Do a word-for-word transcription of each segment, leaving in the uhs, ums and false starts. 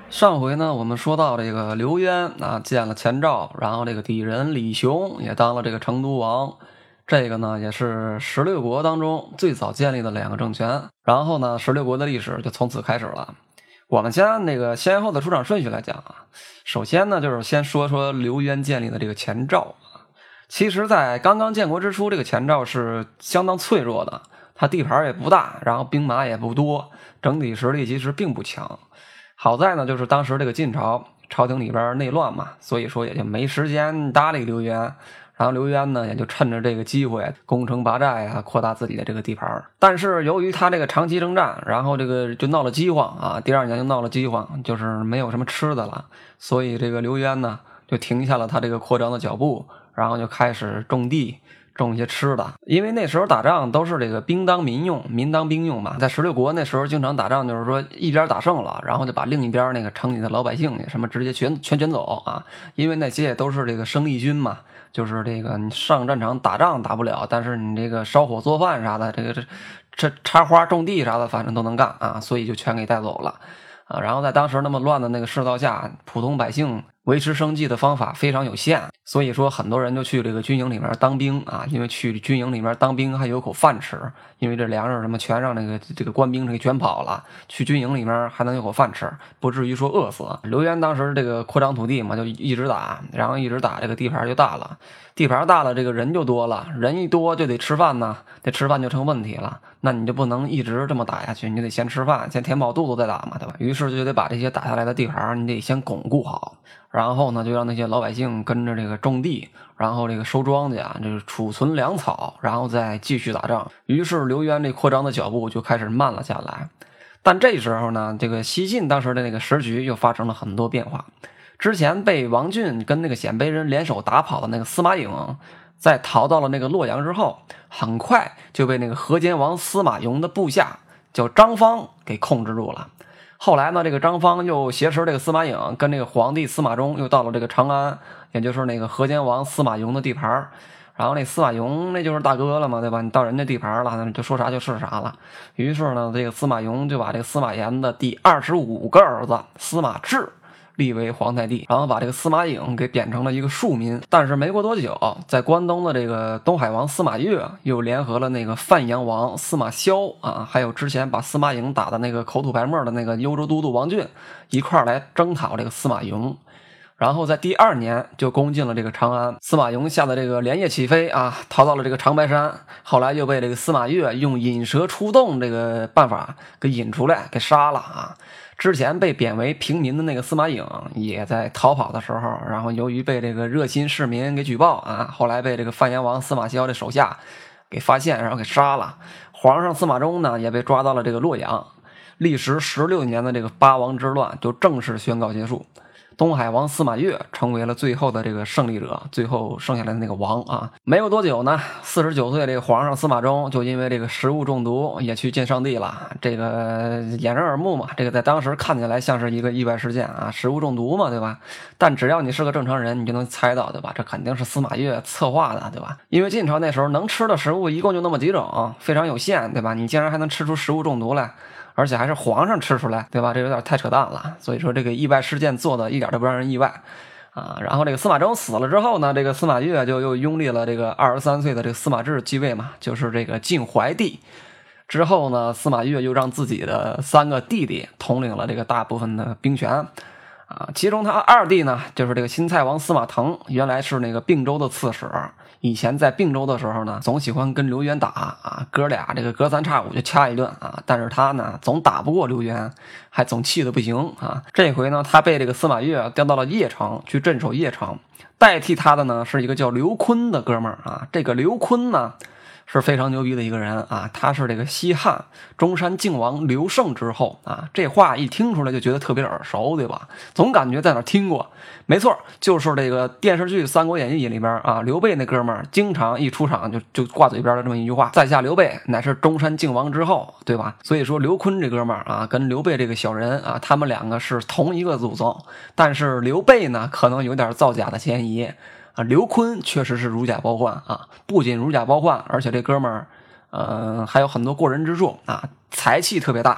上回呢，我们说到这个刘渊啊见了前赵，然后这个敌人李雄也当了这个成都王，这个呢也是十六国当中最早建立的两个政权。然后呢，十六国的历史就从此开始了。我们先按那个先后的出场顺序来讲啊，首先呢就是先说说刘渊建立的这个前赵啊。其实，在刚刚建国之初，这个前赵是相当脆弱的，它地盘也不大，然后兵马也不多，整体实力其实并不强。好在呢，就是当时这个晋朝朝廷里边内乱嘛，所以说也就没时间搭理刘渊。然后刘渊呢，也就趁着这个机会攻城拔寨啊，扩大自己的这个地盘。但是由于他这个长期征战，然后这个就闹了饥荒啊，第二年就闹了饥荒，就是没有什么吃的了，所以这个刘渊呢就停下了他这个扩张的脚步，然后就开始种地。种一些吃的，因为那时候打仗都是这个兵当民用，民当兵用嘛。在十六国那时候经常打仗，就是说一边打胜了，然后就把另一边那个城里的老百姓什么直接全全卷走啊，因为那些也都是这个生力军嘛，就是这个你上战场打仗打不了，但是你这个烧火做饭啥的，这个这这插花种地啥的，反正都能干啊，所以就全给带走了啊。然后在当时那么乱的那个世道下，普通百姓维持生计的方法非常有限，所以说很多人就去这个军营里面当兵啊，因为去军营里面当兵还有口饭吃，因为这粮食什么全让那个这个官兵给卷跑了，去军营里面还能有口饭吃，不至于说饿死。刘渊当时这个扩张土地嘛，就一直打，然后一直打，这个地盘就大了，地盘大了，这个人就多了，人一多就得吃饭呢，这吃饭就成问题了，那你就不能一直这么打下去，你就得先吃饭，先填饱肚子再打嘛，对吧？于是就得把这些打下来的地盘你得先巩固好。然后呢，就让那些老百姓跟着这个种地，然后这个收庄稼，这个储存粮草，然后再继续打仗。于是刘渊这扩张的脚步就开始慢了下来。但这时候呢，这个西晋当时的那个时局又发生了很多变化。之前被王浚跟那个鲜卑人联手打跑的那个司马颖，在逃到了那个洛阳之后，很快就被那个河间王司马雍的部下叫张方给控制住了。后来呢，这个张方又挟持这个司马颖跟这个皇帝司马衷又到了这个长安，也就是那个河间王司马雍的地盘。然后那司马雍那就是大哥了嘛，对吧？你到人家地盘了，就说啥就是啥了。于是呢，这个司马雍就把这个司马炎的第二十五个儿子司马志立为皇太帝，然后把这个司马颖给贬成了一个庶民。但是没过多久，在关东的这个东海王司马越又联合了那个范阳王司马萧啊，还有之前把司马颖打的那个口吐白沫的那个幽州都督王浚一块来征讨这个司马雍。然后在第二年就攻进了这个长安，司马雍吓得这个连夜起飞啊，逃到了这个长白山。后来又被这个司马越用引蛇出洞这个办法给引出来，给杀了啊。之前被贬为平民的那个司马颖也在逃跑的时候，然后由于被这个热心市民给举报啊，后来被这个范阳王司马萧的手下给发现，然后给杀了。皇上司马衷呢也被抓到了这个洛阳，历时十六年的这个八王之乱就正式宣告结束。东海王司马越成为了最后的这个胜利者，最后剩下来的那个王啊。没有多久呢，四十九岁这个皇上司马衷就因为这个食物中毒也去见上帝了。这个掩人耳目嘛，这个在当时看起来像是一个意外事件啊，食物中毒嘛，对吧？但只要你是个正常人，你就能猜到，对吧？这肯定是司马越策划的，对吧？因为晋朝那时候能吃的食物一共就那么几种，非常有限，对吧？你竟然还能吃出食物中毒来，而且还是皇上吃出来，对吧？这有点太扯淡了。所以说这个意外事件做的一点都不让人意外啊。然后这个司马衷死了之后呢，这个司马越就又拥立了这个二十三岁的这个司马志继位嘛，就是这个晋怀帝。之后呢，司马越又让自己的三个弟弟统领了这个大部分的兵权啊。其中他二弟呢，就是这个新蔡王司马腾，原来是那个并州的刺史。以前在并州的时候呢，总喜欢跟刘渊打啊，哥俩这个隔三差五就掐一顿啊。但是他呢，总打不过刘渊，还总气得不行啊。这回呢，他被这个司马越调到了邺城去镇守邺城，代替他的呢是一个叫刘琨的哥们儿啊。这个刘琨呢是非常牛逼的一个人啊，他是这个西汉中山靖王刘胜之后啊。这话一听出来就觉得特别耳熟，对吧？总感觉在哪听过。没错，就是这个电视剧《三国演义》里边啊，刘备那哥们儿经常一出场就就挂嘴边的这么一句话：在下刘备乃是中山靖王之后，对吧？所以说刘琨这哥们儿啊，跟刘备这个小人啊，他们两个是同一个祖宗，但是刘备呢，可能有点造假的嫌疑。啊，刘琨确实是如假包换啊，不仅如假包换，而且这哥们儿，呃，还有很多过人之处啊，才气特别大。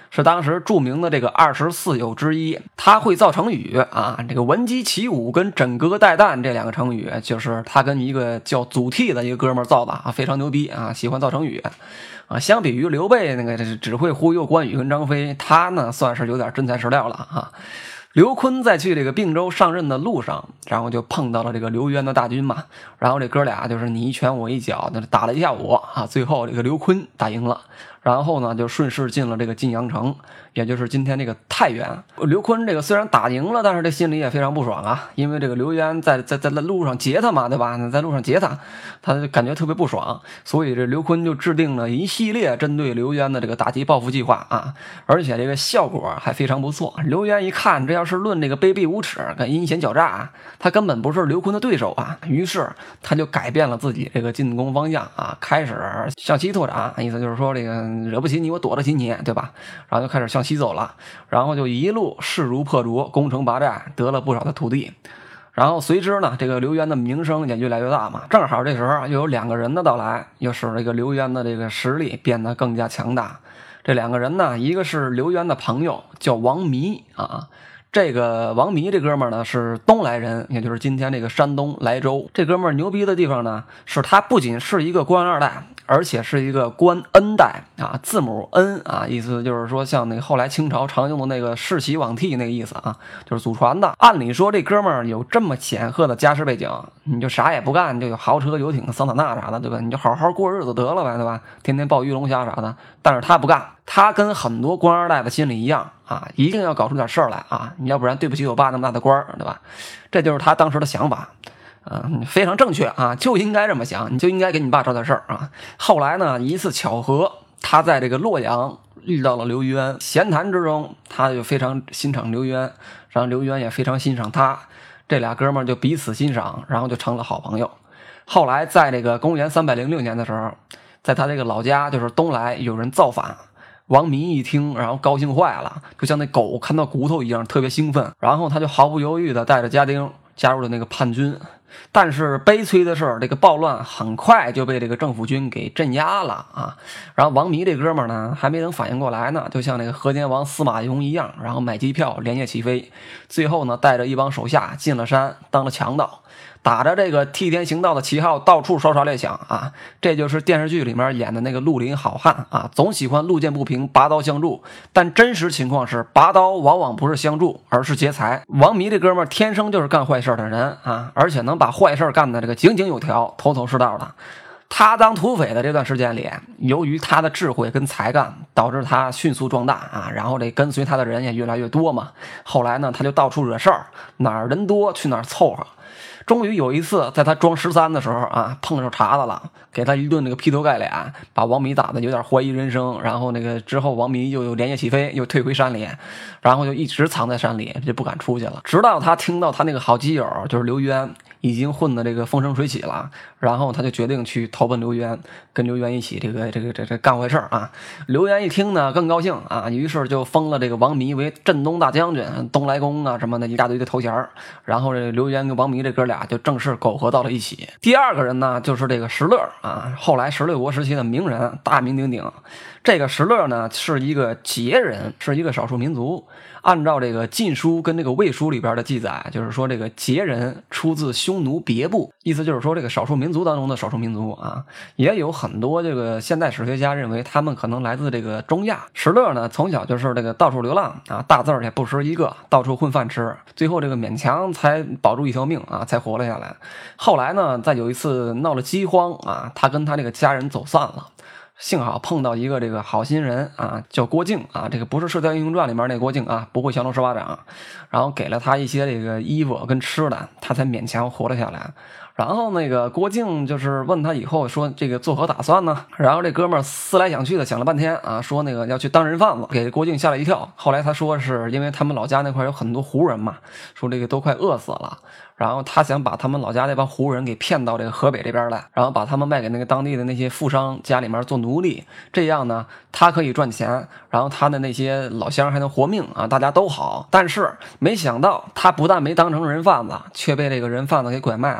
是当时著名的这个二十四友之一。他会造成语啊，这个闻鸡起舞跟枕戈待旦这两个成语，就是他跟一个叫祖逖的一个哥们儿造的啊，非常牛逼啊，喜欢造成语啊。相比于刘备那个只会忽悠关羽跟张飞，他呢算是有点真材实料了啊。刘琨在去这个并州上任的路上，然后就碰到了这个刘渊的大军嘛，然后这哥俩就是你一拳我一脚，那打了一下午啊，最后这个刘琨打赢了，然后呢就顺势进了这个晋阳城，也就是今天这个太原。刘琨这个虽然打赢了，但是这心里也非常不爽啊，因为这个刘渊在在在路上劫他嘛，对吧？在路上劫他，他就感觉特别不爽，所以这刘琨就制定了一系列针对刘渊的这个打击报复计划啊，而且这个效果还非常不错。刘渊一看，这要是论这个卑鄙无耻跟阴险狡诈，他根本不是刘琨的对手啊，于是他就改变了自己这个进攻方向啊，开始向西拓展，意思就是说这个惹不起你我躲得起你，对吧？然后就开始向西走了，然后就一路势如破竹，攻城拔寨，得了不少的土地。然后随之呢，这个刘渊的名声也越来越大嘛。正好这时候又有两个人的到来，又使这个刘渊的这个实力变得更加强大。这两个人呢，一个是刘渊的朋友，叫王弥啊。这个王弥这哥们儿呢是东莱人，也就是今天这个山东莱州。这哥们儿牛逼的地方呢，是他不仅是一个官二代，而且是一个官 N 代啊，字母 N 啊，意思就是说像那个后来清朝常用的那个世袭罔替那个意思啊，就是祖传的。按理说这哥们儿有这么显赫的家世背景，你就啥也不干，就有豪车游艇桑塔纳啥的，对吧？你就好好过日子得了呗，对吧？天天抱鱼龙虾啥的。但是他不干，他跟很多官二代的心里一样啊，一定要搞出点事儿来啊，你要不然对不起我爸那么大的官儿，对吧？这就是他当时的想法。嗯，非常正确啊，就应该这么想，你就应该给你爸找点事儿啊。后来呢，一次巧合，他在这个洛阳遇到了刘渊，闲谈之中，他就非常欣赏刘渊，然后刘渊也非常欣赏他，这俩哥们儿就彼此欣赏，然后就成了好朋友。后来在这个公元三百零六年的时候，在他这个老家就是东莱有人造反。王弥一听，然后高兴坏了，就像那狗看到骨头一样，特别兴奋。然后他就毫不犹豫地带着家丁加入了那个叛军。但是悲催的是，这个暴乱很快就被这个政府军给镇压了啊。然后王弥这哥们儿呢，还没等反应过来呢，就像那个河间王司马雍一样，然后买机票连夜起飞，最后呢带着一帮手下进了山，当了强盗。打着这个替天行道的旗号，到处烧杀掠抢啊！这就是电视剧里面演的那个绿林好汉啊，总喜欢路见不平拔刀相助，但真实情况是，拔刀往往不是相助，而是劫财。王弥这哥们儿天生就是干坏事的人啊，而且能把坏事干的这个井井有条、头头是道的。他当土匪的这段时间里，由于他的智慧跟才干，导致他迅速壮大啊，然后这跟随他的人也越来越多嘛。后来呢，他就到处惹事儿，哪儿人多去哪儿凑合。终于有一次，在他装十三的时候啊，碰上茬子了，给他一顿那个劈头盖脸，把王弥打的有点怀疑人生。然后那个之后，王弥又又连夜起飞，又退回山里，然后就一直藏在山里，就不敢出去了。直到他听到他那个好基友就是刘渊已经混的这个风生水起了，然后他就决定去投奔刘渊，跟刘渊一起这个这个这这干坏事啊。刘渊一听呢，更高兴啊，于是就封了这个王弥为镇东大将军、东莱公啊什么的一大堆的头衔。然后这刘渊跟王弥这哥俩就正式苟合到了一起。第二个人呢，就是这个石勒啊，后来十六国时期的名人，大名鼎鼎。这个石勒呢，是一个羯人，是一个少数民族。按照这个《晋书》跟这个《魏书》里边的记载，就是说这个羯人出自匈奴别部，意思就是说这个少数民族当中的少数民族啊。也有很多这个现代史学家认为他们可能来自这个中亚。石勒呢，从小就是这个到处流浪啊，大字儿也不识一个，到处混饭吃，最后这个勉强才保住一条命啊，才活了下来。后来呢，再有一次闹了饥荒啊，他跟他这个家人走散了。幸好碰到一个这个好心人啊，叫郭靖啊，这个不是《射雕英雄传》里面那郭靖啊，不会降龙十八掌，然后给了他一些这个衣服跟吃的，他才勉强活了下来。然后那个郭靖就是问他以后说这个作何打算呢？然后这哥们儿思来想去的想了半天啊，说那个要去当人贩子，给郭靖吓了一跳。后来他说是因为他们老家那块有很多胡人嘛，说这个都快饿死了。然后他想把他们老家那帮胡人给骗到这个河北这边来，然后把他们卖给那个当地的那些富商家里面做奴隶，这样呢他可以赚钱，然后他的那些老乡还能活命啊，大家都好。但是没想到他不但没当成人贩子，却被这个人贩子给拐卖了啊！就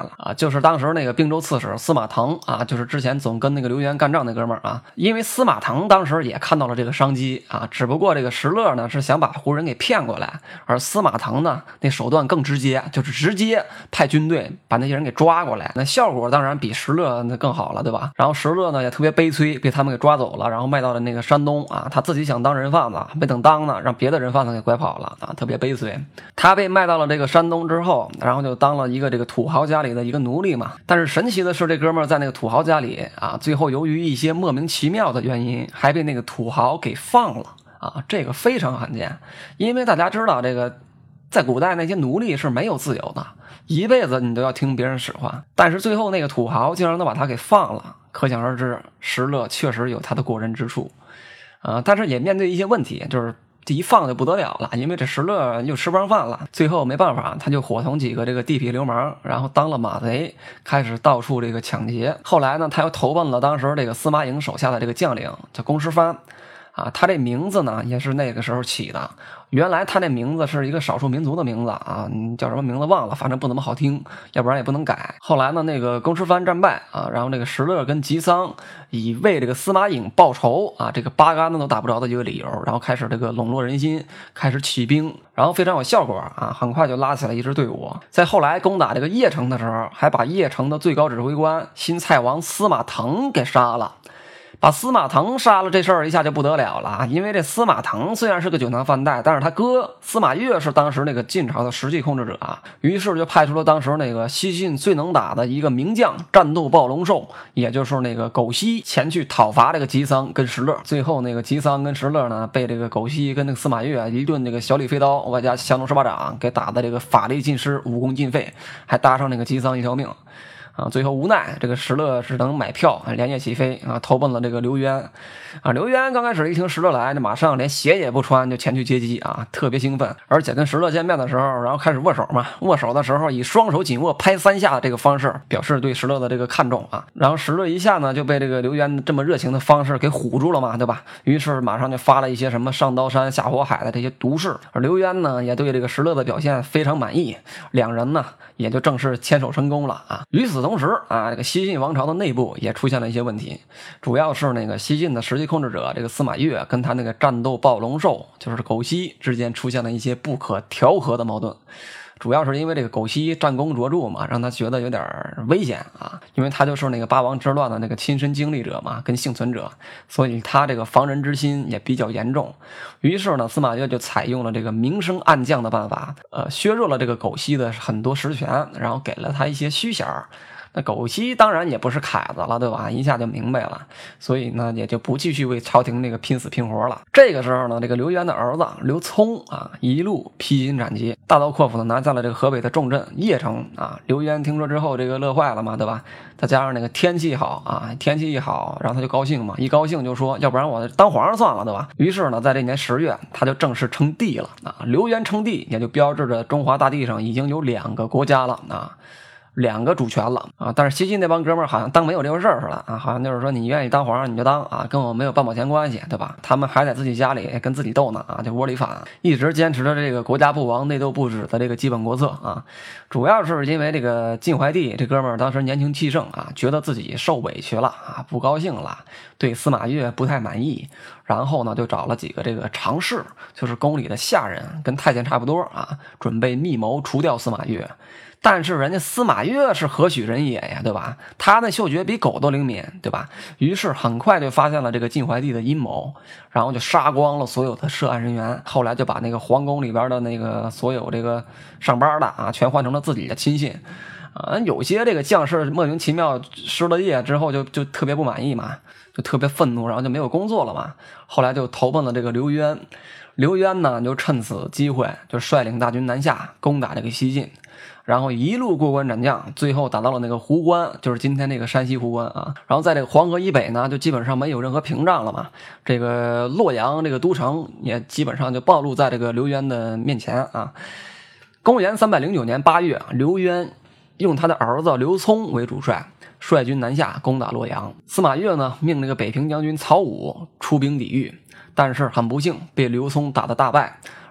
就是当时那个并州刺史司马腾啊，就是之前总跟那个刘渊干仗那哥们儿啊。因为司马腾当时也看到了这个商机啊，只不过这个石勒呢是想把胡人给骗过来，而司马腾呢那手段更直接，就是直接派军队把那些人给抓过来，那效果当然比石勒那更好了，对吧？然后石勒呢也特别悲催，被他们给抓走了，然后卖到了那个山东啊，他自己想当人贩子，没等当呢，让别的人贩子给拐跑了啊，特别悲催。他被卖到了这个山东之后，然后就当了一个这个土豪家里的一个奴隶嘛。但是神奇的是，这哥们儿在那个土豪家里啊，最后由于一些莫名其妙的原因，还被那个土豪给放了啊，这个非常罕见。因为大家知道，这个在古代那些奴隶是没有自由的，一辈子你都要听别人使唤。但是最后那个土豪竟然能把他给放了，可想而知，石勒确实有他的过人之处啊。但是也面对一些问题，就是这一放就不得了了，因为这石勒又吃不上饭了，最后没办法，他就伙同几个这个地痞流氓，然后当了马贼，开始到处这个抢劫。后来呢，他又投奔了当时这个司马颖手下的这个将领，叫公师藩啊。他这名字呢也是那个时候起的，原来他这名字是一个少数民族的名字啊，叫什么名字忘了，反正不怎么好听，要不然也不能改。后来呢，那个公师藩战败啊，然后这个石勒跟吉桑以为这个司马颖报仇啊，这个八竿子都打不着的一个理由，然后开始这个笼络人心，开始起兵，然后非常有效果啊，很快就拉起来一支队伍。在后来攻打这个邺城的时候，还把邺城的最高指挥官新蔡王司马腾给杀了。把司马腾杀了，这事儿一下就不得了了，因为这司马腾虽然是个酒囊饭袋，但是他哥司马越是当时那个晋朝的实际控制者啊，于是就派出了当时那个西晋最能打的一个名将战斗暴龙兽，也就是那个苟晞前去讨伐这个吉桑跟石勒。最后那个吉桑跟石勒呢，被这个苟晞跟那个司马越一顿这个小李飞刀外加降龙十八掌给打的这个法力尽失，武功尽废，还搭上那个吉桑一条命。啊，最后无奈，这个石勒只能买票，连夜起飞啊，投奔了这个刘渊。啊，刘渊刚开始一听石勒来，就马上连鞋也不穿就前去接机啊，特别兴奋。而且跟石勒见面的时候，然后开始握手嘛，握手的时候以双手紧握拍三下的这个方式表示对石勒的这个看重啊。然后石勒一下呢就被这个刘渊这么热情的方式给唬住了嘛，对吧？于是马上就发了一些什么上刀山下火海的这些毒誓。而刘渊呢也对这个石勒的表现非常满意，两人呢也就正式牵手成功了啊。与此同时啊，这个西晋王朝的内部也出现了一些问题，主要是那个西晋的实际控制者这个司马越跟他那个战斗暴龙兽就是苟晞之间出现了一些不可调和的矛盾。主要是因为这个苟晞战功卓著嘛，让他觉得有点危险啊，因为他就是那个八王之乱的那个亲身经历者嘛，跟幸存者，所以他这个防人之心也比较严重。于是呢，司马越就采用了这个明升暗降的办法，呃，削弱了这个苟晞的很多实权，然后给了他一些虚衔。那苟晞当然也不是凯子了，对吧？一下就明白了，所以呢，也就不继续为朝廷那个拼死拼活了。这个时候呢，这个刘渊的儿子刘聪啊，一路披荆斩棘，大刀阔斧的拿下了这个河北的重镇邺城啊。刘渊听说之后，这个乐坏了嘛，对吧？再加上那个天气好啊，天气一好，然后他就高兴嘛，一高兴就说，要不然我当皇上算了，对吧？于是呢，在这年十月，他就正式称帝了啊。刘渊称帝，也就标志着中华大地上已经有两个国家了啊。两个主权了啊，但是西晋那帮哥们儿好像当没有这回事儿似的啊，好像就是说你愿意当皇上你就当啊，跟我没有半毛钱关系，对吧？他们还在自己家里跟自己斗呢啊，就窝里反，一直坚持着这个国家不亡内斗不止的这个基本国策啊。主要是因为这个晋怀帝这哥们儿当时年轻气盛啊，觉得自己受委屈了啊，不高兴了，对司马越不太满意，然后呢就找了几个这个常侍，就是宫里的下人，跟太监差不多啊，准备密谋除掉司马越。但是人家司马越是何许人也呀，对吧？他的嗅觉比狗都灵敏，对吧？于是很快就发现了这个晋怀帝的阴谋，然后就杀光了所有的涉案人员。后来就把那个皇宫里边的那个所有这个上班的啊，全换成了自己的亲信。啊，有些这个将士莫名其妙失了业之后就就特别不满意嘛，就特别愤怒，然后就没有工作了嘛。后来就投奔了这个刘渊。刘渊呢就趁此机会就率领大军南下攻打这个西晋。然后一路过关斩将，最后打到了那个壶关，就是今天那个山西壶关啊。然后在这个黄河以北呢，就基本上没有任何屏障了嘛。这个洛阳这个都城也基本上就暴露在这个刘渊的面前啊。公元三百零九年八月，刘渊用他的儿子刘聪为主帅，率军南下攻打洛阳。司马越呢，命那个北平将军曹武出兵抵御，但是很不幸被刘聪打得大败。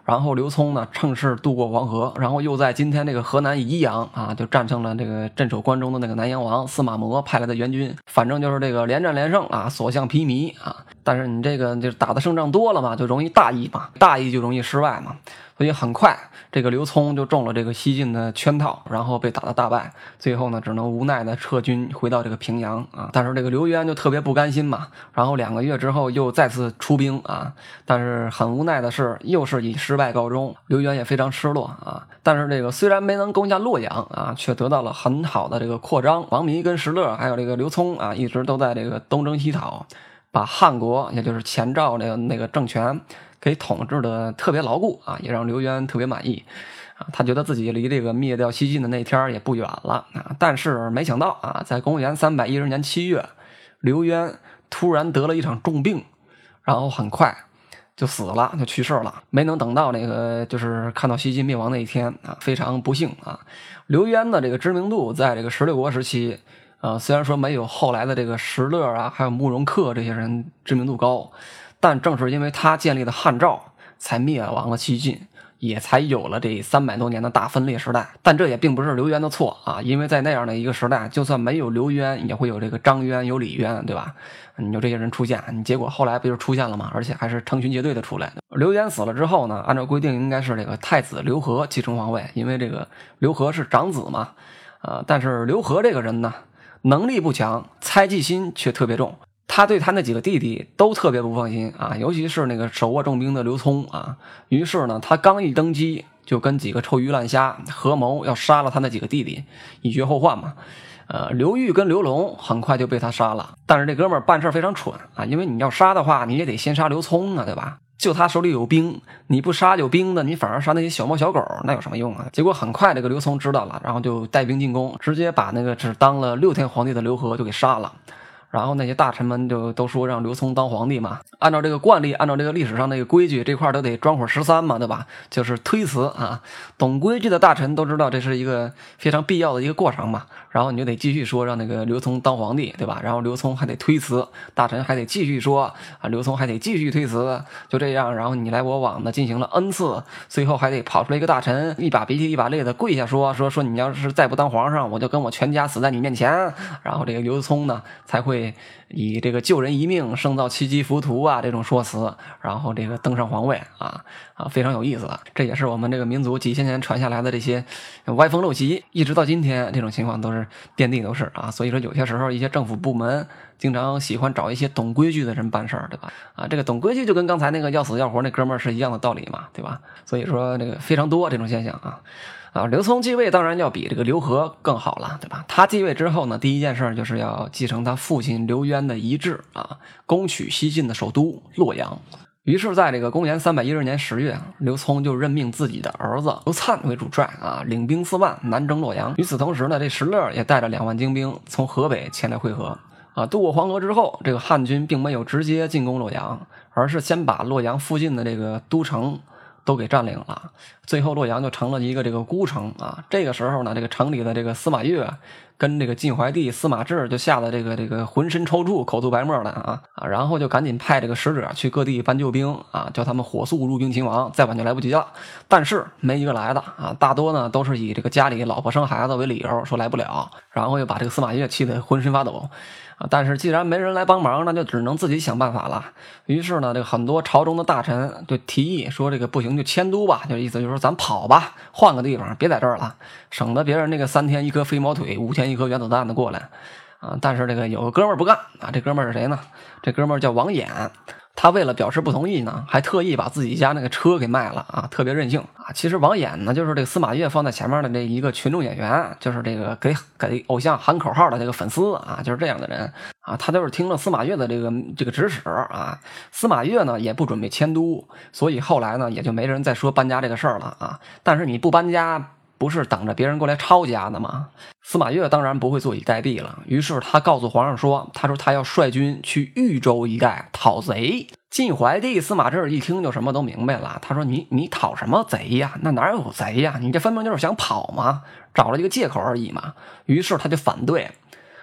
然后刘聪呢趁势渡过黄河，然后又在今天这个河南宜阳啊，就战胜了这个镇守关中的那个南阳王司马模派来的援军。反正就是这个连战连胜啊，所向披靡啊。但是你这个就是打的胜仗多了嘛，就容易大意嘛，大意就容易失败嘛。所以很快这个刘聪就中了这个西晋的圈套，然后被打得大败，最后呢只能无奈的撤军回到这个平阳啊。但是这个刘渊就特别不甘心嘛，然后两个月之后又再次出兵啊，但是很无奈的是又是以失败告终，刘渊也非常失落啊。但是这个虽然没能攻下洛阳啊，却得到了很好的这个扩张。王弥跟石勒还有这个刘聪啊，一直都在这个东征西讨，把汉国也就是前赵那个那个政权给统治的特别牢固啊，也让刘渊特别满意啊。他觉得自己离这个灭掉西晋的那天也不远了啊。但是没想到啊，在公元三百一十年七月，刘渊突然得了一场重病，然后很快就死了，就去世了，没能等到那个就是看到西晋灭亡那一天啊，非常不幸啊。刘渊的这个知名度在这个十六国时期呃，虽然说没有后来的这个石勒啊，还有慕容恪这些人知名度高，但正是因为他建立的汉赵，才灭亡了西晋，也才有了这三百多年的大分裂时代。但这也并不是刘渊的错啊，因为在那样的一个时代，就算没有刘渊，也会有这个张渊，有李渊，对吧？你有这些人出现，你结果后来不就出现了吗？而且还是成群结队的出来。刘渊死了之后呢，按照规定应该是这个太子刘和继承皇位，因为这个刘和是长子嘛。呃，但是刘和这个人呢，能力不强，猜忌心却特别重。他对他那几个弟弟都特别不放心啊，尤其是那个手握重兵的刘聪啊。于是呢，他刚一登基，就跟几个臭鱼烂虾合谋要杀了他那几个弟弟，以绝后患嘛。呃，刘裕跟刘龙很快就被他杀了，但是这哥们儿办事非常蠢啊，因为你要杀的话，你也得先杀刘聪啊，对吧？就他手里有兵，你不杀有兵的，你反而杀那些小猫小狗，那有什么用啊？结果很快这个刘聪知道了，然后就带兵进攻，直接把那个只当了六天皇帝的刘和就给杀了。然后那些大臣们就都说让刘聪当皇帝嘛，按照这个惯例，按照这个历史上那个规矩，这块都得装火十三嘛，对吧？就是推辞啊。懂规矩的大臣都知道这是一个非常必要的一个过程嘛，然后你就得继续说让那个刘聪当皇帝，对吧？然后刘聪还得推辞，大臣还得继续说啊，刘聪还得继续推辞，就这样，然后你来我往的进行了 n 次，最后还得跑出来一个大臣，一把鼻涕一把泪的跪下说说说你要是再不当皇上，我就跟我全家死在你面前。然后这个刘聪呢才会以这个救人一命胜造七级浮屠啊这种说辞，然后这个登上皇位啊啊，非常有意思了。这也是我们这个民族几千年传下来的这些歪风陋习，一直到今天这种情况都是遍地都是啊。所以说有些时候一些政府部门经常喜欢找一些懂规矩的人办事儿，对吧？啊，这个懂规矩就跟刚才那个要死要活那哥们儿是一样的道理嘛，对吧？所以说这个非常多这种现象啊。啊，刘聪继位当然要比这个刘和更好了，对吧？他继位之后呢，第一件事就是要继承他父亲刘渊的遗志啊，攻取西晋的首都洛阳。于是，在这个公元三百一十年十月，刘聪就任命自己的儿子刘粲为主帅啊，领兵四万南征洛阳。与此同时呢，这石勒也带着两万精兵从河北前来会合。啊，渡过黄河之后，这个汉军并没有直接进攻洛阳，而是先把洛阳附近的这个都城都给占领了，最后洛阳就成了一个这个孤城啊。这个时候呢，这个城里的这个司马越跟这个晋怀帝司马志就吓得这个这个浑身抽搐，口吐白沫的啊啊，然后就赶紧派这个使者去各地搬救兵啊，叫他们火速入兵秦王，再晚就来不及了。但是没一个来的啊，大多呢都是以这个家里老婆生孩子为理由说来不了，然后又把这个司马越气得浑身发抖。啊，但是既然没人来帮忙，那就只能自己想办法了。于是呢，这个很多朝中的大臣就提议说，这个不行就迁都吧，就意思就是说咱跑吧，换个地方，别在这儿了，省得别人那个三天一颗飞毛腿，五天一颗原子弹的过来啊。但是这个有个哥们儿不干啊，这哥们儿是谁呢？这哥们儿叫王衍。他为了表示不同意呢，还特意把自己家那个车给卖了啊，特别任性啊。其实王衍呢，就是这个司马越放在前面的这一个群众演员，就是这个给给偶像喊口号的这个粉丝啊，就是这样的人啊。他就是听了司马越的这个这个指使啊，司马越呢也不准备迁都，所以后来呢也就没人再说搬家这个事儿了啊。但是你不搬家，不是等着别人过来抄家的吗？司马越当然不会坐以待毙了，于是他告诉皇上说，他说他要率军去豫州一带讨贼。晋怀帝司马志一听就什么都明白了，他说你你讨什么贼呀？那哪有贼呀？你这分明就是想跑嘛，找了一个借口而已嘛。于是他就反对。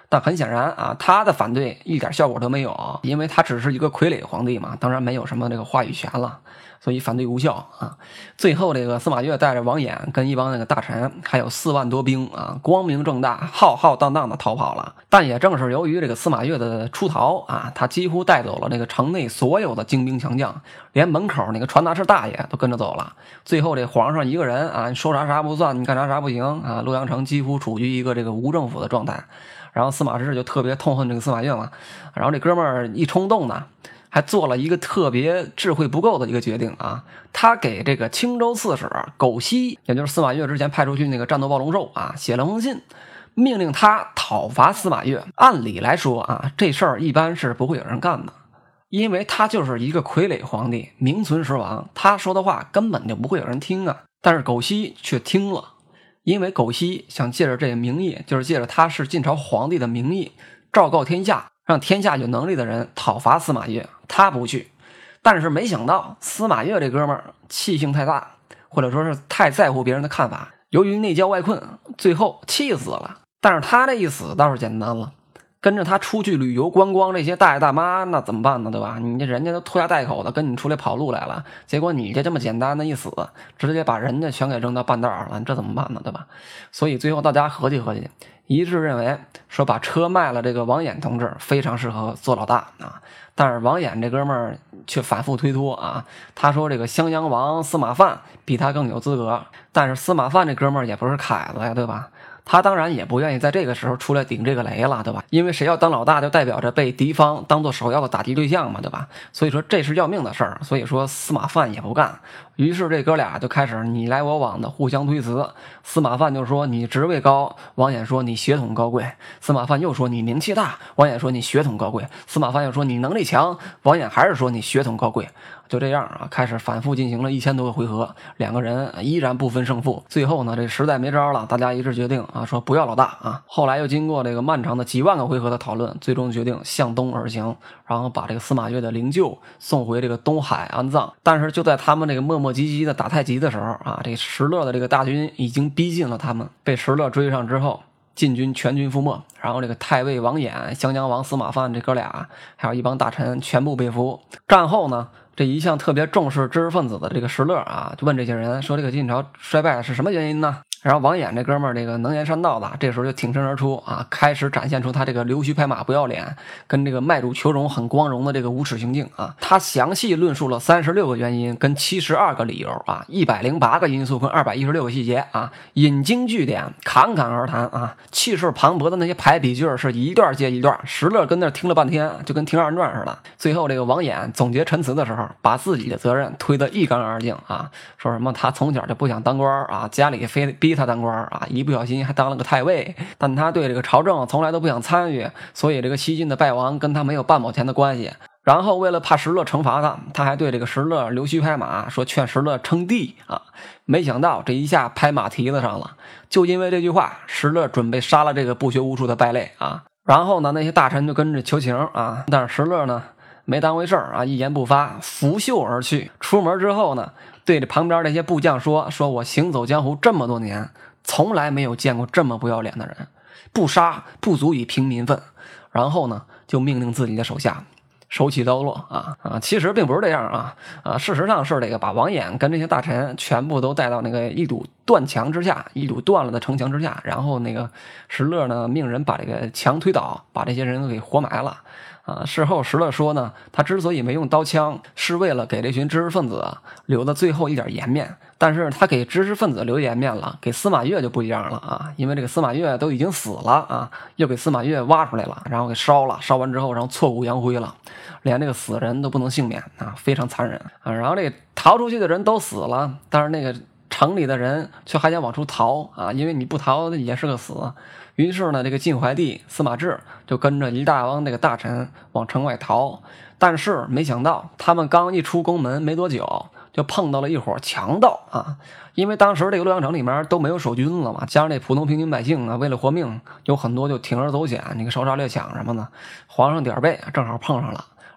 但很显然啊，他的反对一点效果都没有，因为他只是一个傀儡皇帝嘛，当然没有什么这个话语权了，所以反对无效啊。最后这个司马越带着王衍跟一帮那个大臣，还有四万多兵啊，光明正大、浩浩荡荡的逃跑了。但也正是由于这个司马越的出逃啊，他几乎带走了这个城内所有的精兵强将，连门口那个传达室大爷都跟着走了。最后这皇上一个人啊，你说啥啥不算，你干啥啥不行啊，洛阳城几乎处于一个这个无政府的状态。然后司马师就特别痛恨这个司马越嘛，然后这哥们儿一冲动呢，还做了一个特别智慧不够的一个决定啊，他给这个青州刺史苟熙，也就是司马越之前派出去那个战斗暴龙兽啊，写了封信，命令他讨伐司马越。按理来说啊，这事儿一般是不会有人干的，因为他就是一个傀儡皇帝，名存实亡，他说的话根本就不会有人听啊。但是苟熙却听了。因为苟熙想借着这个名义，就是借着他是晋朝皇帝的名义，昭告天下，让天下有能力的人讨伐司马越。他不去，但是没想到司马越这哥们儿气性太大，或者说是太在乎别人的看法，由于内骄外困，最后气死了。但是他这一死倒是简单了，跟着他出去旅游观光，这些大爷大妈那怎么办呢？对吧？你这人家都拖家带口的跟你出来跑路来了，结果你这这么简单的一死，直接把人家全给扔到半道上了，这怎么办呢？对吧？所以最后大家合计合计，一致认为说把车卖了，这个王衍同志非常适合做老大啊。但是王衍这哥们儿却反复推脱啊，他说这个襄阳王司马范比他更有资格，但是司马范这哥们儿也不是凯子呀，对吧？他当然也不愿意在这个时候出来顶这个雷了，对吧？因为谁要当老大，就代表着被敌方当做首要的打击对象嘛，对吧？所以说这是要命的事儿，所以说司马范也不干。于是这哥俩就开始你来我往的互相推辞。司马范就说你职位高，王衍说你血统高贵。司马范又说你名气大，王衍说你血统高贵。司马范又说你能力强，王衍还是说你血统高贵。就这样啊，开始反复进行了一千多个回合，两个人依然不分胜负。最后呢，这实在没招了，大家一致决定啊，说不要老大啊。后来又经过这个漫长的几万个回合的讨论，最终决定向东而行，然后把这个司马越的灵柩送回这个东海安葬。但是就在他们这个磨磨唧唧的打太极的时候啊，这石勒的这个大军已经逼近了他们，被石勒追上之后，晋军全军覆没，然后这个太尉王衍、襄阳王司马范这哥俩，还有一帮大臣全部被俘。战后呢，这一向特别重视知识分子的这个石勒啊，就问这些人说：“这个晋朝衰败是什么原因呢？”然后王衍这哥们儿这个能言善道的，这时候就挺身而出啊，开始展现出他这个溜须拍马不要脸，跟这个卖主求荣很光荣的这个无耻行径啊。他详细论述了三十六个原因跟七十二个理由啊，一百零八个因素跟二百一十六个细节啊，引经据典，侃侃而谈啊，气势磅礴的那些排比句是一段接一段。石勒跟那听了半天，就跟听二人转似的。最后这个王衍总结陈词的时候，把自己的责任推得一干二净啊，说什么他从小就不想当官啊，家里非逼他当官啊，一不小心还当了个太尉，但他对这个朝政从来都不想参与，所以这个西晋的败亡跟他没有半毛钱的关系。然后为了怕石勒惩罚他，他还对这个石勒溜须拍马，说劝石勒称帝啊。没想到这一下拍马蹄子上了，就因为这句话，石勒准备杀了这个不学无术的败类啊。然后呢，那些大臣就跟着求情啊，但是石勒呢没当回事儿啊，一言不发，拂袖而去。出门之后呢，对着旁边那些部将说：“说我行走江湖这么多年，从来没有见过这么不要脸的人，不杀不足以平民愤。”然后呢，就命令自己的手下手起刀落啊啊！其实并不是这样啊啊！事实上是这个把王衍跟这些大臣全部都带到那个一堵断墙之下，一堵断了的城墙之下，然后那个石勒呢命人把这个墙推倒，把这些人给活埋了。啊，事后石勒说呢，他之所以没用刀枪，是为了给这群知识分子留的最后一点颜面。但是他给知识分子留颜面了，给司马越就不一样了啊！因为这个司马越都已经死了啊，又给司马越挖出来了，然后给烧了，烧完之后然后挫骨扬灰了，连这个死人都不能幸免啊，非常残忍啊！然后这个逃出去的人都死了，但是那个城里的人却还想往出逃啊，因为你不逃也是个死。于是呢，这个晋怀帝司马志就跟着一大帮那个大臣往城外逃，但是没想到他们刚一出宫门没多久，就碰到了一伙强盗啊！因为当时这个洛阳城里面都没有守军了嘛，加上这普通平民百姓啊，为了活命，有很多就铤而走险，那个烧杀掠抢什么的，皇上点儿背正好碰上了。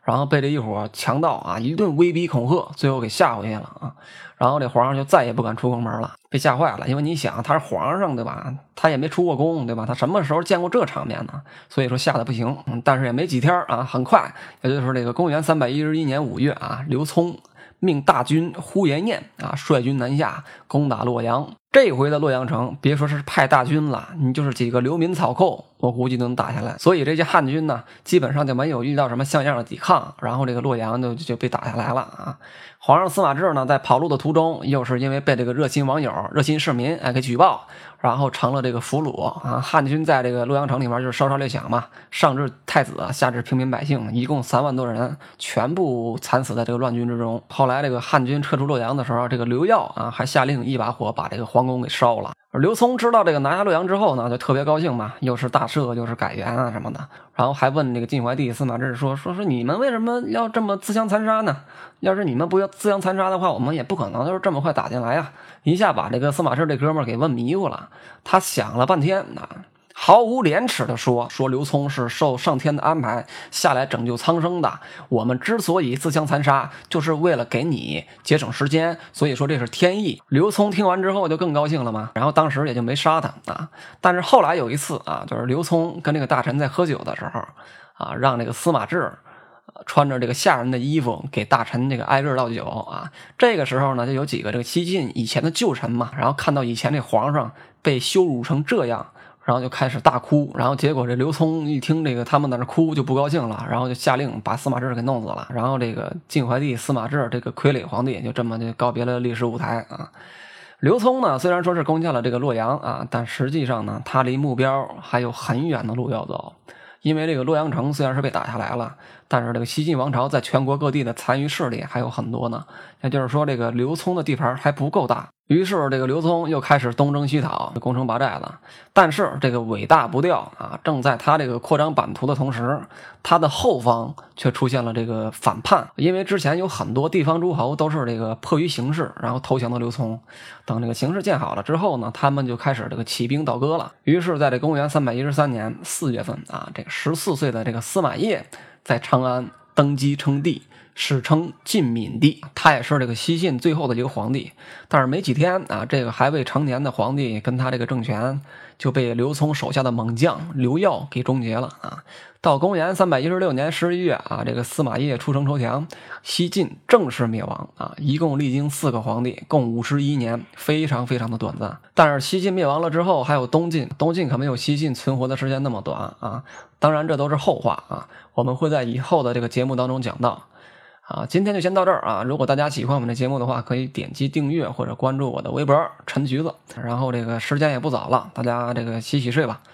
然后被这一伙强盗啊一顿威逼恐吓，最后给吓回去了啊。然后这皇上就再也不敢出宫门了，被吓坏了。因为你想，他是皇上对吧？他也没出过宫对吧？他什么时候见过这场面呢？所以说吓得不行。嗯，但是也没几天啊，很快，也就是这个公元三百一十一年五月啊，刘聪命大军呼延念啊率军南下攻打洛阳。这回的洛阳城，别说是派大军了，你就是几个流民草寇，我估计都能打下来。所以这些汉军呢，基本上就没有遇到什么像样的抵抗，然后这个洛阳就就被打下来了啊。皇上司马志呢，在跑路的途中，又是因为被这个热心网友、热心市民哎给举报，然后成了这个俘虏啊。汉军在这个洛阳城里面就是烧杀掠抢嘛，上至太子，下至平民百姓，一共三万多人，全部惨死在这个乱军之中。后来这个汉军撤出洛阳的时候，这个刘耀啊还下令一把火把这个皇宫给烧了。而刘聪知道这个拿下洛阳之后呢，就特别高兴嘛，又是大赦又是改元啊什么的，然后还问这个晋怀帝司马志说说说你们为什么要这么自相残杀呢？要是你们不要自相残杀的话，我们也不可能就是这么快打进来呀。一下把这个司马志这哥们儿给问迷糊了，他想了半天啊，毫无廉耻的说说刘聪是受上天的安排下来拯救苍生的，我们之所以自相残杀，就是为了给你节省时间，所以说这是天意。刘聪听完之后就更高兴了嘛，然后当时也就没杀他啊。但是后来有一次啊，就是刘聪跟这个大臣在喝酒的时候啊，让这个司马志穿着这个下人的衣服给大臣这个挨个倒酒啊。这个时候呢，就有几个这个西晋以前的旧臣嘛，然后看到以前这皇上被羞辱成这样，然后就开始大哭。然后结果这刘聪一听这个他们在那哭就不高兴了，然后就下令把司马志给弄死了。然后这个晋怀帝司马志这个傀儡皇帝就这么就告别了历史舞台啊。刘聪呢，虽然说是攻下了这个洛阳啊，但实际上呢，他离目标还有很远的路要走。因为这个洛阳城虽然是被打下来了，但是这个西晋王朝在全国各地的残余势力还有很多呢。也就是说，这个刘聪的地盘还不够大。于是这个刘聪又开始东征西讨，攻城拔寨了。但是这个尾大不掉啊，正在他这个扩张版图的同时，他的后方却出现了这个反叛。因为之前有很多地方诸侯都是这个迫于形势，然后投降到刘聪。等这个形势见好了之后呢，他们就开始这个起兵倒戈了。于是在这公元三百一十三年四月份啊，这个十四岁的这个司马邺在长安登基称帝，史称晋闵帝。他也是这个西晋最后的一个皇帝。但是没几天啊，这个还未成年的皇帝跟他这个政权就被刘聪手下的猛将刘耀给终结了啊。到公元三百一十六年十一月啊，这个司马邺出城投降，西晋正式灭亡啊。一共历经四个皇帝，共五十一年，非常非常的短暂。但是西晋灭亡了之后，还有东晋，东晋可没有西晋存活的时间那么短啊。当然这都是后话啊，我们会在以后的这个节目当中讲到。啊，今天就先到这儿啊！如果大家喜欢我们的节目的话，可以点击订阅或者关注我的微博陈橘子。然后这个时间也不早了，大家这个洗洗睡吧。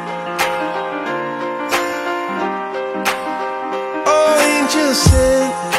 Just said